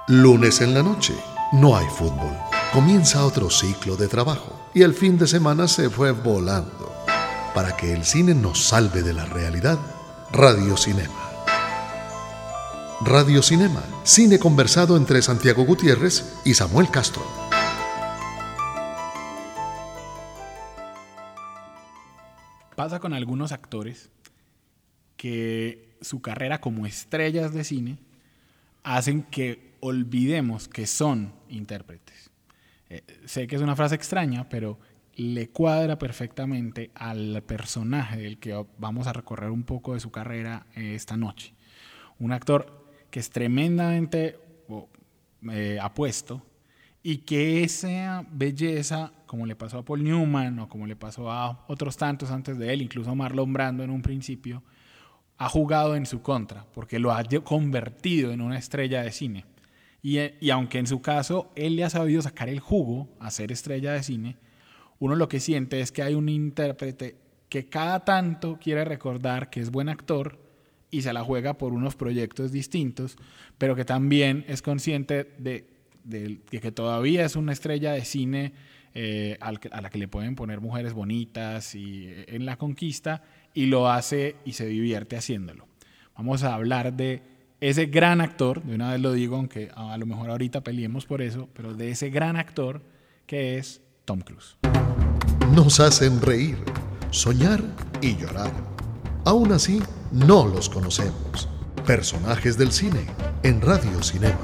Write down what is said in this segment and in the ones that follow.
Lunes en la noche, no hay fútbol. Comienza otro ciclo de trabajo y el fin de semana se fue volando. Para que el cine nos salve de la realidad, Radio Cinema. Radio Cinema, cine conversado entre Santiago Gutiérrez y Samuel Castro. Pasa con algunos actores que su carrera como estrellas de cine hacen que olvidemos que son intérpretes. Sé que es una frase extraña, pero le cuadra perfectamente al personaje del que vamos a recorrer un poco de su carrera esta noche. Un actor que es tremendamente apuesto y que esa belleza, como le pasó a Paul Newman o como le pasó a otros tantos antes de él, incluso a Marlon Brando en un principio, ha jugado en su contra, porque lo ha convertido en una estrella de cine. Y aunque en su caso él le ha sabido sacar el jugo a ser estrella de cine, uno lo que siente es que hay un intérprete que cada tanto quiere recordar que es buen actor y se la juega por unos proyectos distintos, pero que también es consciente de que todavía es una estrella de cine a la que le pueden poner mujeres bonitas y en la conquista, y lo hace y se divierte haciéndolo. Vamos a hablar de ese gran actor, de una vez lo digo, aunque a lo mejor ahorita peleemos por eso, pero de ese gran actor que es Tom Cruise. Nos hacen reír, soñar y llorar. Aún así, no los conocemos. Personajes del cine en Radio Cinema.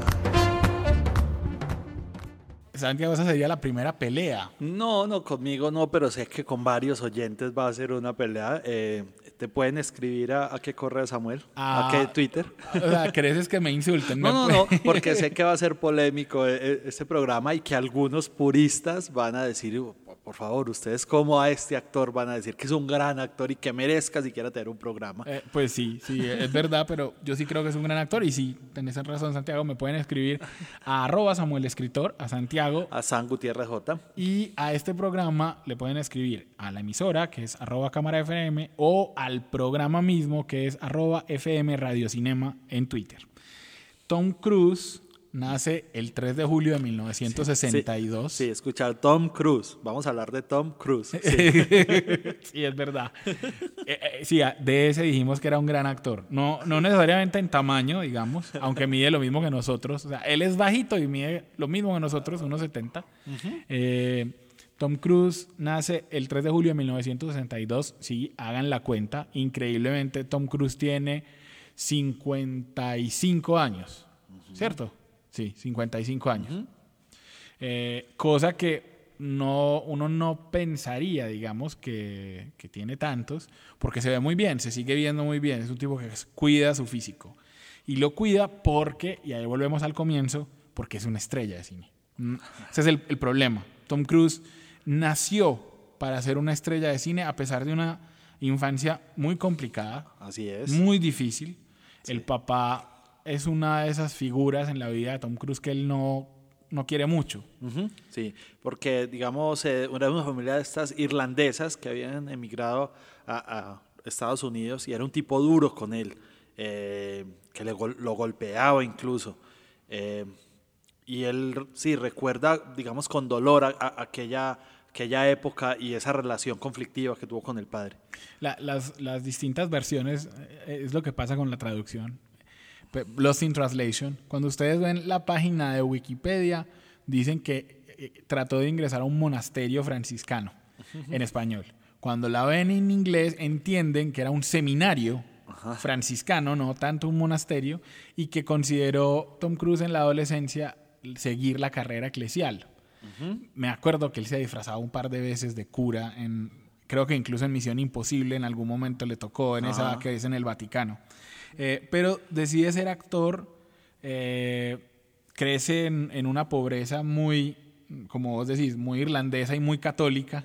Santiago, esa sería la primera pelea. No, conmigo no, pero sé que con varios oyentes va a ser una pelea. ¿Te pueden escribir a qué correo, Samuel? ¿A qué Twitter? O sea, ¿crees que me insulten? No, porque sé que va a ser polémico este programa y que algunos puristas van a decir, por favor, ustedes como a este actor van a decir que es un gran actor y que merezca siquiera tener un programa. Pues sí, es verdad, pero yo sí creo que es un gran actor y sí, tenés razón, Santiago, me pueden escribir a @SamuelEscritor, a Santiago, a San Gutiérrez J. Y a este programa le pueden escribir a la emisora, que es @cámarafm, o al programa mismo, que es @FM Radio Cinema en Twitter. Tom Cruise nace el 3 de julio de 1962. Sí, escuchar Tom Cruise. Vamos a hablar de Tom Cruise. Sí, sí, es verdad. Sí, de ese dijimos que era un gran actor. No necesariamente en tamaño, digamos, aunque mide lo mismo que nosotros. O sea, él es bajito y mide lo mismo que nosotros, 1.70. Uh-huh. Tom Cruise nace el 3 de julio de 1962. Sí, hagan la cuenta. Increíblemente, Tom Cruise tiene 55 años. Uh-huh. ¿Cierto? Sí, 55 años. Uh-huh. Cosa que uno no pensaría, digamos, que tiene tantos, porque se ve muy bien, se sigue viendo muy bien. Es un tipo que cuida su físico. Y lo cuida porque, y ahí volvemos al comienzo, porque es una estrella de cine. Ese es el problema. Tom Cruise nació para ser una estrella de cine a pesar de una infancia muy complicada. Así es. Muy difícil. Sí. El papá es una de esas figuras en la vida de Tom Cruise que él no quiere mucho. Uh-huh. Sí, porque digamos era una familia de estas irlandesas que habían emigrado a Estados Unidos y era un tipo duro con él, que lo golpeaba incluso. Y él sí recuerda, digamos, con dolor aquella época y esa relación conflictiva que tuvo con el padre. Las distintas versiones es lo que pasa con la traducción. Lost in Translation. Cuando ustedes ven la página de Wikipedia, dicen que trató de ingresar a un monasterio franciscano en español. Cuando la ven en inglés, entienden que era un seminario franciscano, no tanto un monasterio, y que consideró Tom Cruise en la adolescencia seguir la carrera eclesial. Me acuerdo que él se disfrazaba un par de veces de cura, creo que incluso en Misión Imposible en algún momento le tocó, en esa que es en el Vaticano. Pero decide ser actor, crece en una pobreza muy, como vos decís, muy irlandesa y muy católica.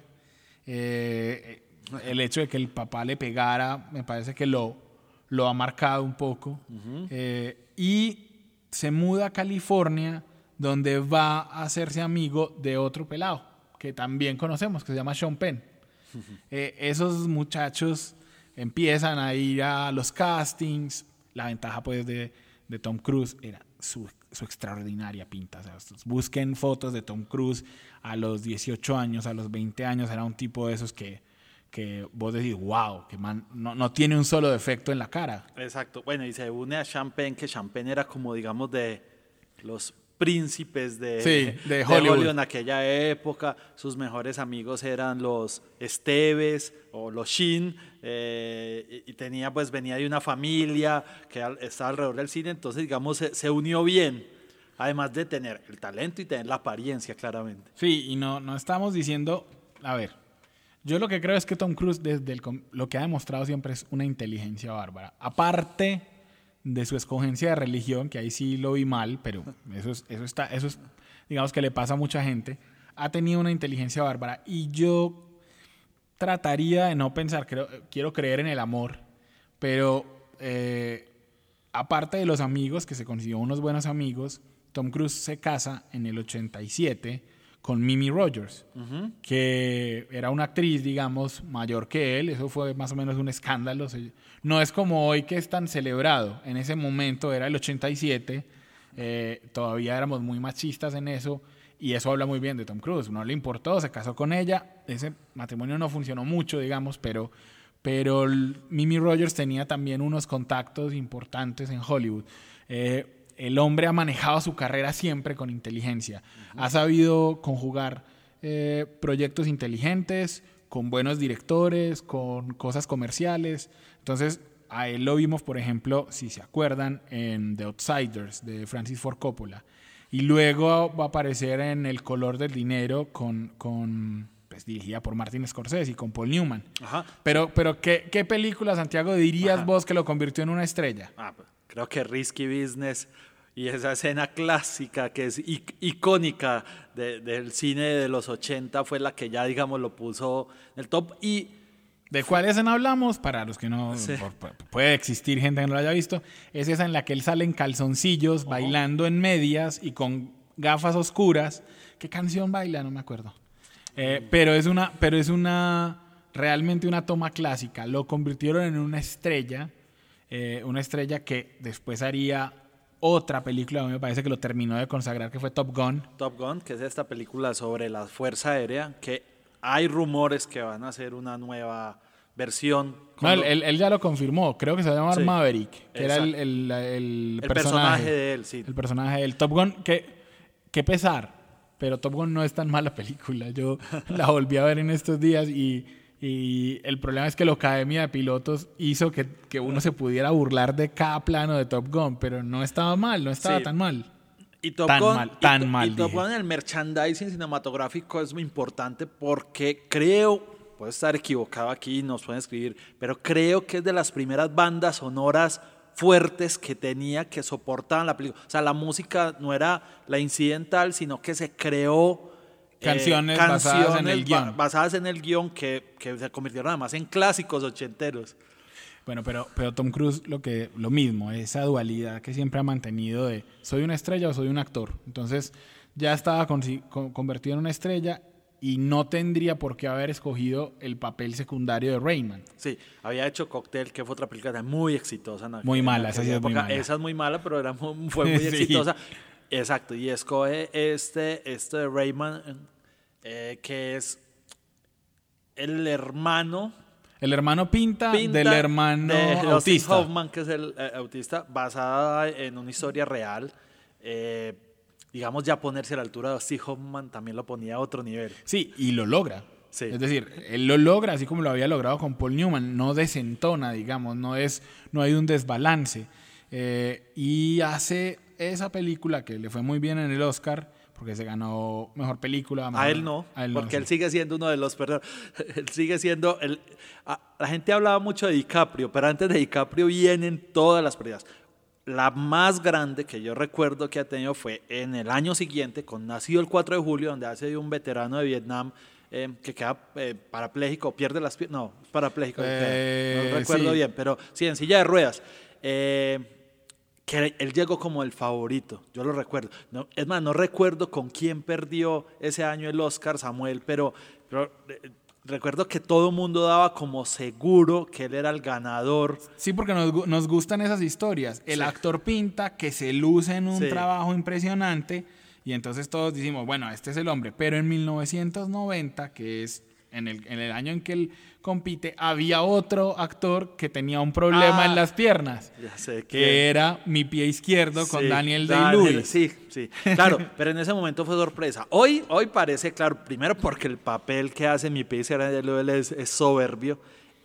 El hecho de que el papá le pegara me parece que lo ha marcado un poco. Uh-huh. Y se muda a California, donde va a hacerse amigo de otro pelado que también conocemos, que se llama Sean Penn. Uh-huh. Esos muchachos empiezan a ir a los castings. La ventaja pues de de Tom Cruise era su extraordinaria pinta. O sea, busquen fotos de Tom Cruise a los 18 años, a los 20 años, era un tipo de esos que vos decís, wow, que man no tiene un solo defecto en la cara. Exacto. Bueno, y se une a Sean Penn, que Sean Penn era como, digamos, de los príncipes de Hollywood en aquella época. Sus mejores amigos eran los Esteves o los Sheen, y venía de una familia que estaba alrededor del cine, entonces digamos se unió bien, además de tener el talento y tener la apariencia, claramente. Sí, y no estamos diciendo, a ver, yo lo que creo es que Tom Cruise lo que ha demostrado siempre es una inteligencia bárbara, aparte de su escogencia de religión, que ahí sí lo vi mal, pero eso es digamos que le pasa a mucha gente. Ha tenido una inteligencia bárbara y yo trataría de no pensar, quiero creer en el amor, pero aparte de los amigos, que se consiguió unos buenos amigos, Tom Cruise se casa en el 87 con Mimi Rogers, que era una actriz, digamos, mayor que él. Eso fue más o menos un escándalo. No es como hoy que es tan celebrado. En ese momento era el 87, todavía éramos muy machistas en eso, y eso habla muy bien de Tom Cruise. No le importó, se casó con ella. Ese matrimonio no funcionó mucho, digamos, pero Mimi Rogers tenía también unos contactos importantes en Hollywood. El hombre ha manejado su carrera siempre con inteligencia. Ha sabido conjugar proyectos inteligentes, con buenos directores, con cosas comerciales. Entonces, a él lo vimos, por ejemplo, si se acuerdan, en The Outsiders, de Francis Ford Coppola. Y luego va a aparecer en El color del dinero, pues, dirigida por Martin Scorsese y con Paul Newman. Ajá. Pero ¿qué película, Santiago, dirías vos que lo convirtió en una estrella? Creo que Risky Business y esa escena clásica que es icónica del cine de los 80 fue la que ya, digamos, lo puso en el top. Y ¿de cuál escena hablamos? Para los que no... Sí. Puede existir gente que no lo haya visto. Es esa en la que él sale en calzoncillos, bailando en medias y con gafas oscuras. ¿Qué canción baila? No me acuerdo. Pero es realmente una toma clásica. Lo convirtieron en una estrella que después haría otra película, a mí me parece que lo terminó de consagrar, que fue Top Gun. Top Gun, que es esta película sobre la Fuerza Aérea, que hay rumores que van a hacer una nueva versión. No, él ya lo confirmó, creo que se va a llamar Maverick, que era el personaje de él, sí. El personaje del Top Gun, que pesar, pero Top Gun no es tan mala película. Yo la volví a ver en estos días y el problema es que la Academia de Pilotos hizo que uno se pudiera burlar de cada plano de Top Gun, pero no estaba mal, no estaba tan mal. Y Top Gun, Top Gun en el merchandising cinematográfico es muy importante porque creo, puedo estar equivocado aquí, nos pueden escribir, pero creo que es de las primeras bandas sonoras fuertes que tenía, que soportaban la película. O sea, la música no era la incidental, sino que se creó canciones basadas en el guión que se convirtieron además en clásicos ochenteros. Bueno, pero Tom Cruise lo mismo, esa dualidad que siempre ha mantenido de soy una estrella o soy un actor. Entonces ya estaba convertido en una estrella y no tendría por qué haber escogido el papel secundario de Rayman. Sí, había hecho Cocktail, que fue otra película muy exitosa. Muy mala, esa sí es muy mala. Esa es muy mala, pero fue muy exitosa. Exacto, y escoge este de Rayman, que es el hermano Pinta del hermano de autista. Hoffman, que es el autista, basada en una historia real. Digamos, ya ponerse a la altura de Steve Hoffman también lo ponía a otro nivel. Sí, y lo logra. Sí. Es decir, él lo logra así como lo había logrado con Paul Newman. No desentona, digamos, no hay un desbalance. Y hace esa película que le fue muy bien en el Oscar, porque se ganó mejor película. A él no, porque él sigue siendo uno de los... él sigue siendo... la gente hablaba mucho de DiCaprio, pero antes de DiCaprio vienen todas las pérdidas. La más grande que yo recuerdo que ha tenido fue en el año siguiente, con Nacido el 4 de julio, donde hace de un veterano de Vietnam que queda parapléjico, pierde las piernas... No, parapléjico, no recuerdo bien, pero sí, en silla de ruedas. Que él llegó como el favorito, yo lo recuerdo. No, es más, no recuerdo con quién perdió ese año el Oscar, Samuel, pero recuerdo que todo el mundo daba como seguro que él era el ganador. Sí, porque nos gustan esas historias. El actor pinta que se luce en un trabajo impresionante y entonces todos decimos, bueno, este es el hombre. Pero en 1990, que es en el año en que él compite, había otro actor que tenía un problema en las piernas, ya sé que era Mi pie izquierdo con Daniel Day-Lewis. Sí, claro, pero en ese momento fue sorpresa. Hoy parece claro, primero porque el papel que hace Mi pie izquierdo es soberbio,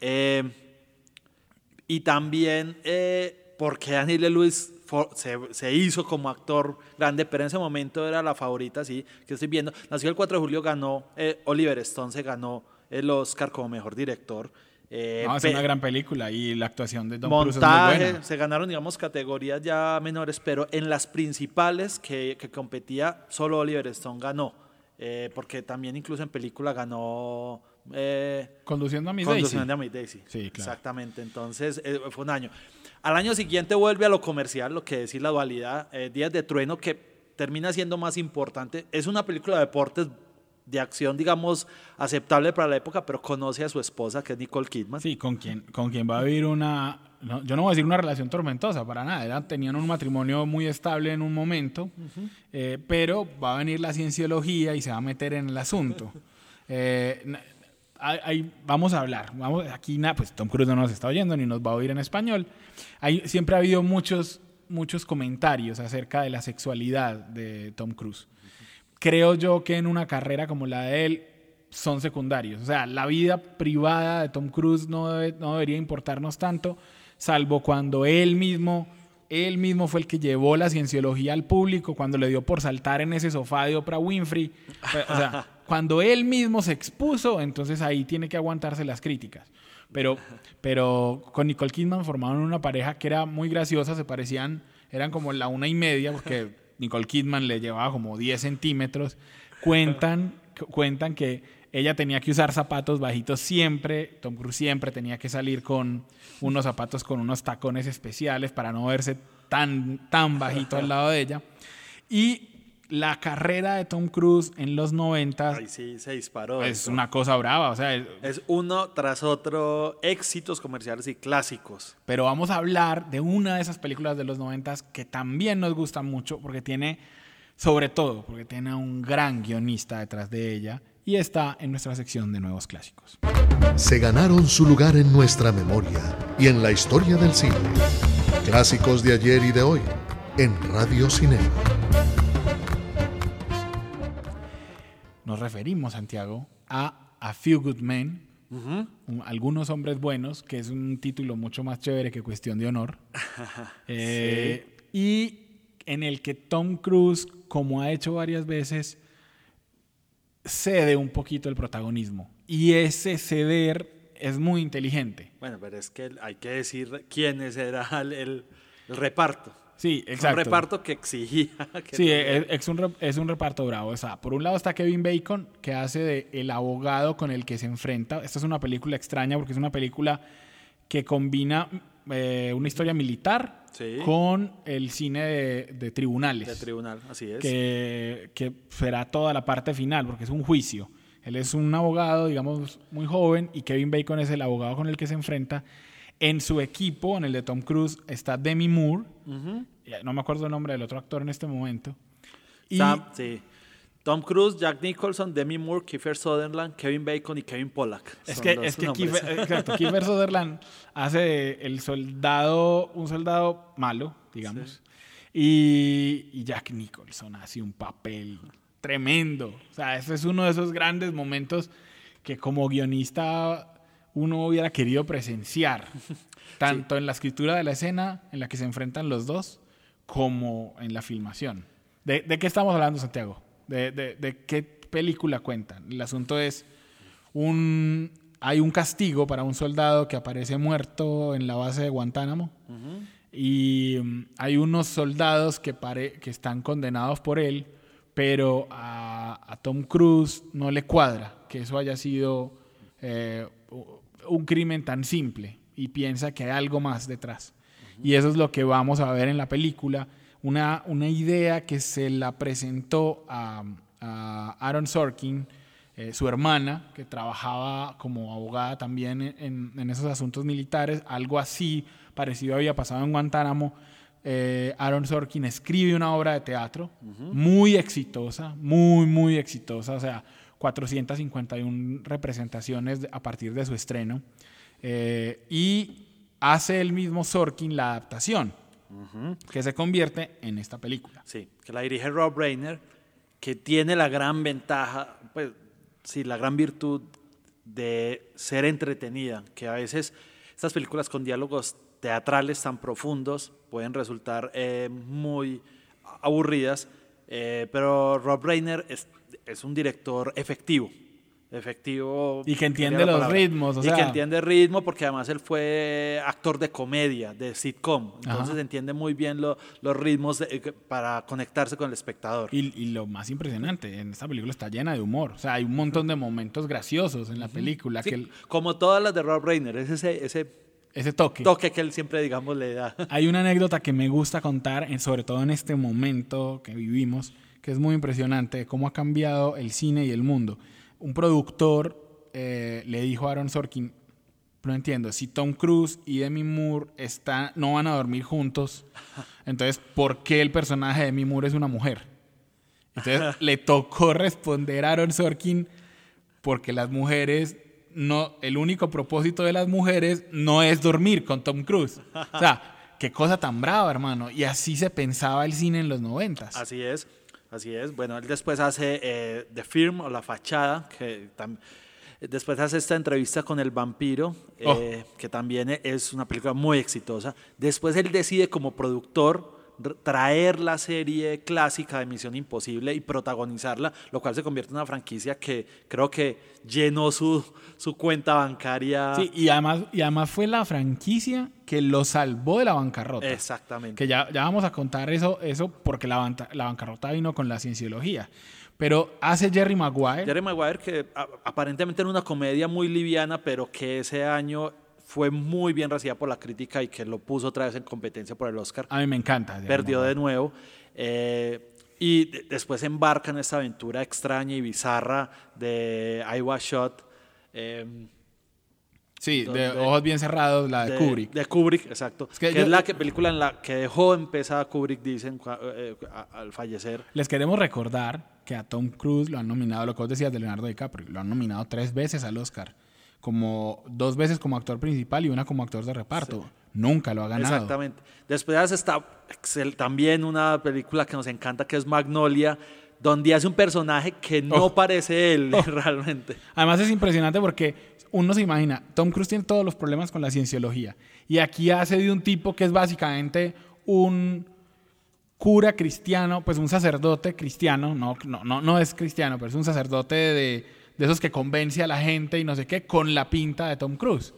y también porque Daniel Day-Lewis se hizo como actor grande, pero en ese momento era la favorita, sí, que estoy viendo. Nació el 4 de julio, ganó, Oliver Stone se ganó el Oscar como mejor director. Es una gran película y la actuación de Tom Cruise es montaje, muy buena. se ganaron, digamos, categorías ya menores, pero en las principales que competía, solo Oliver Stone ganó, porque también incluso en película ganó... Conduciendo a Miss Daisy. Sí, claro. Exactamente, entonces fue un año. Al año siguiente vuelve a lo comercial, lo que decir la dualidad, Días de Trueno, que termina siendo más importante. Es una película de deportes, de acción, digamos, aceptable para la época, pero conoce a su esposa, que es Nicole Kidman. Sí, con quien va a vivir una... No, yo no voy a decir una relación tormentosa, para nada. Tenían un matrimonio muy estable en un momento, pero va a venir la cienciología y se va a meter en el asunto. Vamos a hablar. Aquí pues Tom Cruise no nos está oyendo ni nos va a oír en español. Siempre ha habido muchos comentarios acerca de la sexualidad de Tom Cruise. Creo yo que en una carrera como la de él son secundarios. O sea, la vida privada de Tom Cruise no debería importarnos tanto, salvo cuando él mismo fue el que llevó la cienciología al público, cuando le dio por saltar en ese sofá de Oprah Winfrey. O sea, cuando él mismo se expuso, entonces ahí tiene que aguantarse las críticas. Pero con Nicole Kidman formaron una pareja que era muy graciosa, eran como la 1:30, porque Nicole Kidman le llevaba como 10 centímetros. Cuentan que ella tenía que usar zapatos bajitos siempre. Tom Cruise siempre tenía que salir con unos zapatos con unos tacones especiales para no verse tan bajito al lado de ella. Y la carrera de Tom Cruise en los 90 Ay, sí, se disparó. Es una cosa brava. O sea, es uno tras otro éxitos comerciales y clásicos. Pero vamos a hablar de una de esas películas de los 90 que también nos gusta mucho porque tiene a un gran guionista detrás de ella y está en nuestra sección de nuevos clásicos. Se ganaron su lugar en nuestra memoria y en la historia del cine. Clásicos de ayer y de hoy en Radio Cinema. Nos referimos, Santiago, a Few Good Men, Algunos Hombres Buenos, que es un título mucho más chévere que Cuestión de Honor. Sí. Y en el que Tom Cruise, como ha hecho varias veces, cede un poquito el protagonismo. Y ese ceder es muy inteligente. Bueno, pero es que hay que decir quiénes era el reparto. Sí, exacto. Un reparto que exigía. Es un reparto bravo. O sea, por un lado está Kevin Bacon, que hace de el abogado con el que se enfrenta. Esta es una película extraña porque es una película que combina una historia militar con el cine de tribunales. De tribunal, así es. Que será toda la parte final, porque es un juicio. Él es un abogado, digamos, muy joven, y Kevin Bacon es el abogado con el que se enfrenta. En su equipo, en el de Tom Cruise, está Demi Moore. No me acuerdo el nombre del otro actor en este momento. Tom Cruise, Jack Nicholson, Demi Moore, Kiefer Sutherland, Kevin Bacon y Kevin Pollak. Es que Kiefer Sutherland hace un soldado malo, digamos. Sí. Y Jack Nicholson hace un papel tremendo. O sea, ese es uno de esos grandes momentos que como guionista uno hubiera querido presenciar, tanto en la escritura de la escena en la que se enfrentan los dos, como en la filmación. ¿De qué estamos hablando, Santiago? ¿De qué película cuentan? El asunto es, hay un castigo para un soldado que aparece muerto en la base de Guantánamo, y hay unos soldados que están condenados por él, pero a Tom Cruise no le cuadra que eso haya sido un crimen tan simple y piensa que hay algo más detrás. Y eso es lo que vamos a ver en la película, una idea que se la presentó a Aaron Sorkin su hermana, que trabajaba como abogada también en esos asuntos militares, algo así parecido había pasado en Guantánamo. Aaron Sorkin escribe una obra de teatro muy exitosa, muy exitosa, o sea, 451 representaciones a partir de su estreno, y hace el mismo Sorkin la adaptación, que se convierte en esta película. Sí, que la dirige Rob Reiner, que tiene la gran ventaja, pues sí, la gran virtud de ser entretenida, que a veces estas películas con diálogos teatrales tan profundos pueden resultar muy aburridas, pero Rob Reiner es un director efectivo y que entiende los ritmos, o sea, que entiende el ritmo, porque además él fue actor de comedia, de sitcom, entonces entiende muy bien los ritmos para conectarse con el espectador. Y lo más impresionante, en esta película está llena de humor, o sea, hay un montón de momentos graciosos en la película. Sí, que como todas las de Rob Reiner, es ese toque que él siempre, digamos, le da. Hay una anécdota que me gusta contar, sobre todo en este momento que vivimos, que es muy impresionante, de cómo ha cambiado el cine y el mundo. Un productor le dijo a Aaron Sorkin, no entiendo, si Tom Cruise y Demi Moore no van a dormir juntos, entonces, ¿por qué el personaje de Demi Moore es una mujer? Entonces, le tocó responder a Aaron Sorkin, porque las mujeres... No, el único propósito de las mujeres no es dormir con Tom Cruise. O sea, qué cosa tan brava, hermano. Y así se pensaba el cine en los 90s. Así es. Bueno, él después hace The Firm, o La Fachada, después hace esta entrevista con el vampiro, que también es una película muy exitosa. Después él decide como productor traer la serie clásica de Misión Imposible y protagonizarla, lo cual se convierte en una franquicia que creo que llenó su cuenta bancaria. Sí, y además fue la franquicia que lo salvó de la bancarrota. Exactamente. Que ya vamos a contar eso porque la bancarrota vino con la cienciología. Pero hace Jerry Maguire. Jerry Maguire, que aparentemente era una comedia muy liviana, pero que ese año fue muy bien recibida por la crítica y que lo puso otra vez en competencia por el Oscar. A mí me encanta. Perdió de nuevo. Y después embarca en esta aventura extraña y bizarra de I Was Shot. Sí, de Ojos Bien Cerrados, la de Kubrick. De Kubrick, exacto. Es la película en la que dejó empezar Kubrick, dicen, al fallecer. Les queremos recordar que a Tom Cruise lo han nominado, lo que vos decías de Leonardo DiCaprio, lo han nominado 3 veces al Oscar. 2 veces como actor principal y una como actor de reparto. Sí. Nunca lo ha ganado. Exactamente. Después está también una película que nos encanta, que es Magnolia, donde hace un personaje que no parece él realmente. Además es impresionante porque uno se imagina, Tom Cruise tiene todos los problemas con la cienciología y aquí hace de un tipo que es básicamente un cura cristiano, pues un sacerdote cristiano, no es cristiano, pero es un sacerdote de esos que convence a la gente y no sé qué, con la pinta de Tom Cruise.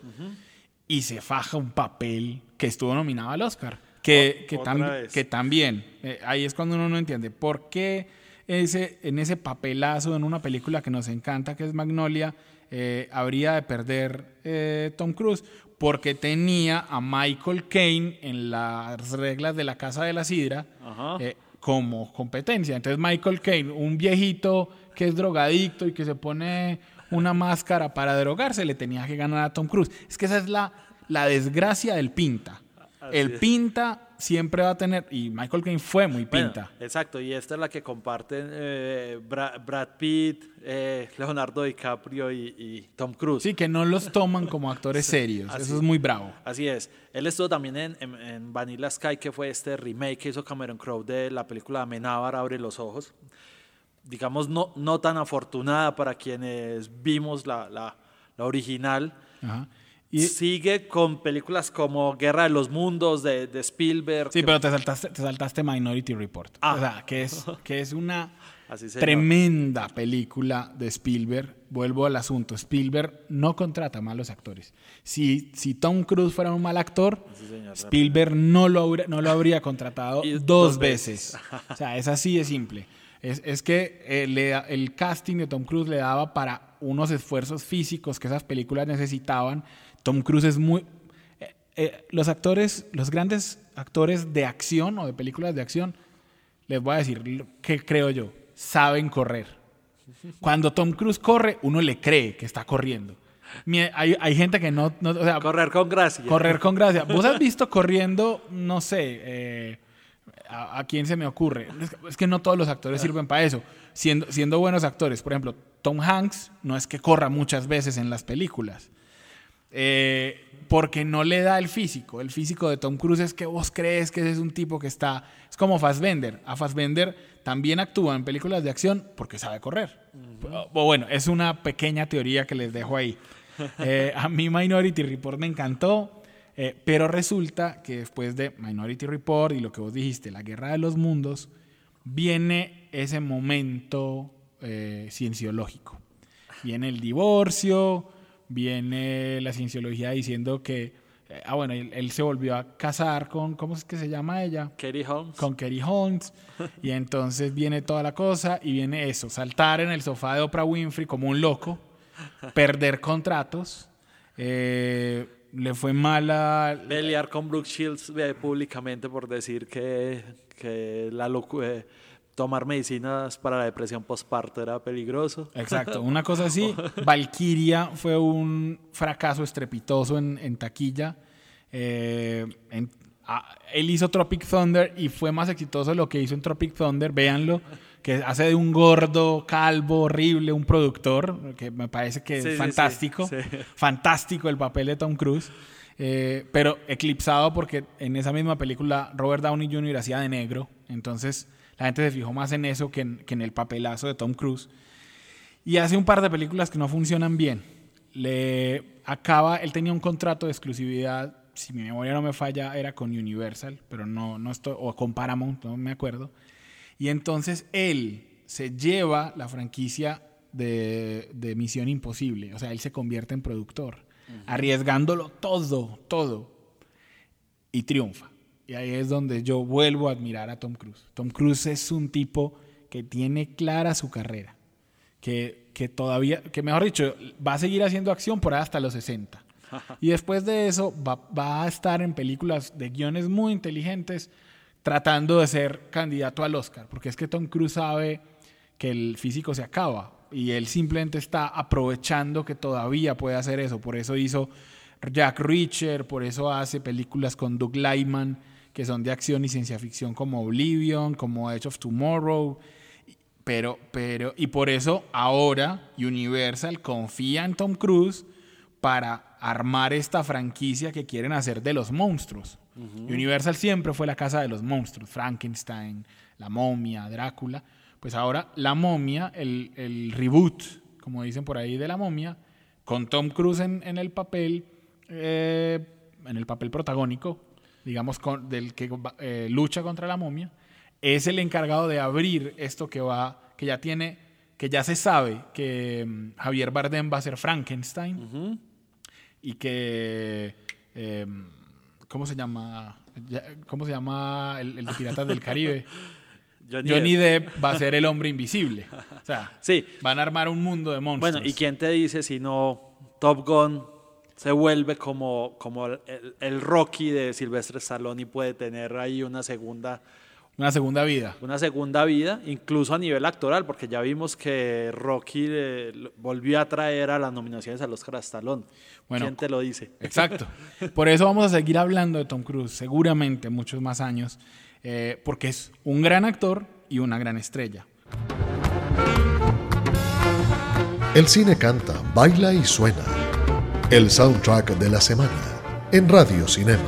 Y se faja un papel que estuvo nominado al Oscar. Que también, ahí es cuando uno no entiende por qué en ese papelazo, en una película que nos encanta, que es Magnolia, habría de perder Tom Cruise, porque tenía a Michael Caine en las reglas de La Casa de la Sidra como competencia. Entonces Michael Caine, un viejito que es drogadicto y que se pone una máscara para drogarse, le tenía que ganar a Tom Cruise. Es que esa es la desgracia del pinta. El pinta siempre va a tener, y Michael Caine fue muy pinta. Bueno, exacto, y esta es la que comparten Brad Pitt, Leonardo DiCaprio y Tom Cruise. Sí, que no los toman como actores serios, eso es muy bravo. Así es. Él estuvo también en Vanilla Sky, que fue este remake que hizo Cameron Crowe de la película Amenábar, Abre los Ojos. Digamos, no tan afortunada para quienes vimos la original. Ajá. Y sigue con películas como Guerra de los Mundos de Spielberg. Sí, pero te saltaste Minority Report. O sea, que es una tremenda película de Spielberg. Vuelvo al asunto. Spielberg no contrata malos actores. Si Tom Cruise fuera un mal actor, Spielberg no lo habría contratado dos veces. O sea, es así de simple. Es que el casting de Tom Cruise le daba para unos esfuerzos físicos que esas películas necesitaban. Tom Cruise es muy... los grandes actores de acción o de películas de acción, les voy a decir que creo yo, saben correr. Cuando Tom Cruise corre, uno le cree que está corriendo. Hay gente que no, o sea, Correr con gracia. correr con gracia. ¿Vos has visto corriendo, no sé, a quién se me ocurre? Es que no todos los actores sirven para eso. Siendo buenos actores, por ejemplo, Tom Hanks no es que corra muchas veces en las películas. Porque no le da el físico. El físico de Tom Cruise es que vos crees que ese es un tipo que está... Es como Fassbender. A Fassbender también actúa en películas de acción porque sabe correr. O bueno, es una pequeña teoría que les dejo ahí. A mí Minority Report me encantó, pero resulta que después de Minority Report y lo que vos dijiste, la Guerra de los Mundos, viene ese momento cienciológico. Viene el divorcio, viene la cienciología diciendo que, bueno, él se volvió a casar con, ¿cómo es que se llama ella? Katie Holmes. Con Katie Holmes. Y entonces viene toda la cosa y viene eso, saltar en el sofá de Oprah Winfrey como un loco, perder contratos, le fue mala... Pelear con Brooke Shields públicamente por decir que tomar medicinas para la depresión postparto era peligroso. Exacto, una cosa así. Valkyria fue un fracaso estrepitoso en taquilla. Él hizo Tropic Thunder y fue más exitoso lo que hizo en Tropic Thunder, véanlo, que hace de un gordo, calvo, horrible, un productor, que me parece que es fantástico. Sí. Fantástico el papel de Tom Cruise. Pero eclipsado porque en esa misma película Robert Downey Jr. hacía de negro. Entonces la gente se fijó más en eso que en el papelazo de Tom Cruise. Y hace un par de películas que no funcionan bien. Él tenía un contrato de exclusividad, si mi memoria no me falla, era con Universal, pero no estoy, o con Paramount, no me acuerdo. Y entonces él se lleva la franquicia de Misión Imposible. O sea, él se convierte en productor, arriesgándolo todo. Y triunfa. Y ahí es donde yo vuelvo a admirar a Tom Cruise. Tom Cruise es un tipo que tiene clara su carrera. Que todavía, que mejor dicho, va a seguir haciendo acción por ahí hasta los 60. Y después de eso va a estar en películas de guiones muy inteligentes tratando de ser candidato al Oscar. Porque es que Tom Cruise sabe que el físico se acaba y él simplemente está aprovechando que todavía puede hacer eso. Por eso hizo Jack Reacher, por eso hace películas con Doug Liman que son de acción y ciencia ficción como Oblivion, como Edge of Tomorrow. Y por eso ahora Universal confía en Tom Cruise para armar esta franquicia que quieren hacer de los monstruos. Universal siempre fue la casa de los monstruos, Frankenstein, La Momia, Drácula. Pues ahora La Momia, el reboot, como dicen por ahí, de La Momia, con Tom Cruise en el papel protagónico, digamos, del que lucha contra la momia, es el encargado de abrir esto que ya se sabe que Javier Bardem va a ser Frankenstein y que ¿cómo se llama el de Piratas del Caribe? Johnny Depp va a ser el hombre invisible. O sea, sí, van a armar un mundo de monstruos. Bueno, ¿y quién te dice si no Top Gun se vuelve como el Rocky de Sylvester Stallone y puede tener ahí una segunda vida? Una segunda vida, incluso a nivel actoral, porque ya vimos que Rocky volvió a traer a las nominaciones al Oscar a Stallone. Bueno, ¿quién te lo dice? Exacto. Por eso vamos a seguir hablando de Tom Cruise, seguramente muchos más años, porque es un gran actor y una gran estrella. El cine canta, baila y suena. El soundtrack de la semana en Radio Cinema.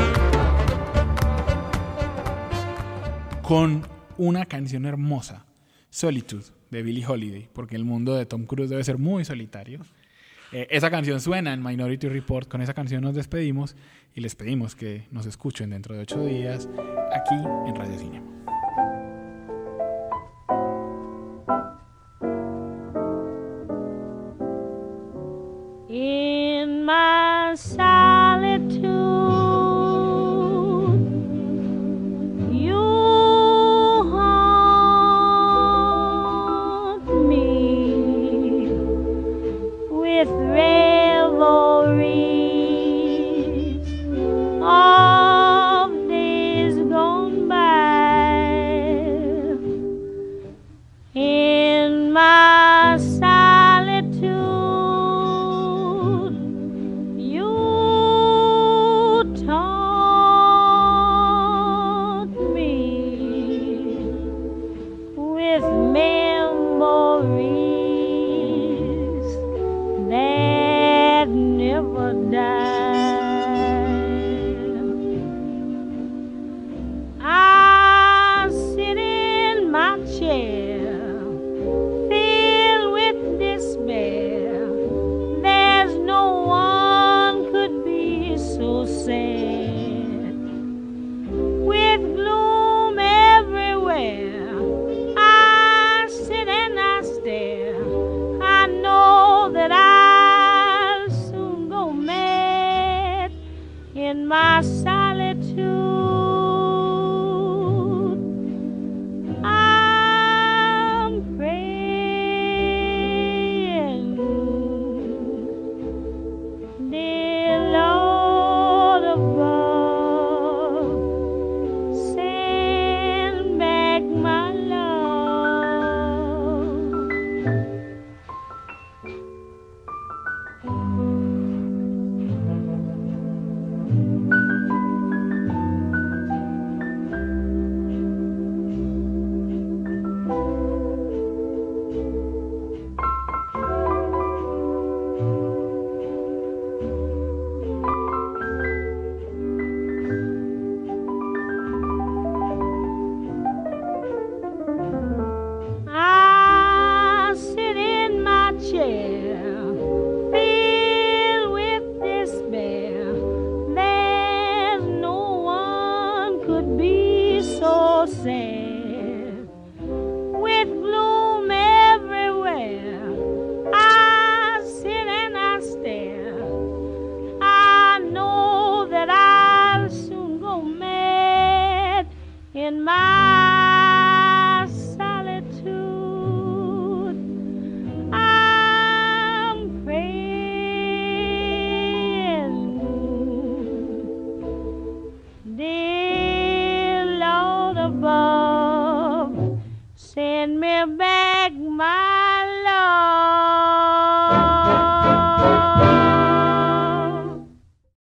Con una canción hermosa, Solitude, de Billie Holiday, porque el mundo de Tom Cruise debe ser muy solitario. Esa canción suena en Minority Report. Con esa canción nos despedimos y les pedimos que nos escuchen dentro de 8 días aquí en Radio Cinema. In my solitude, you haunt me with revelries of days gone by. my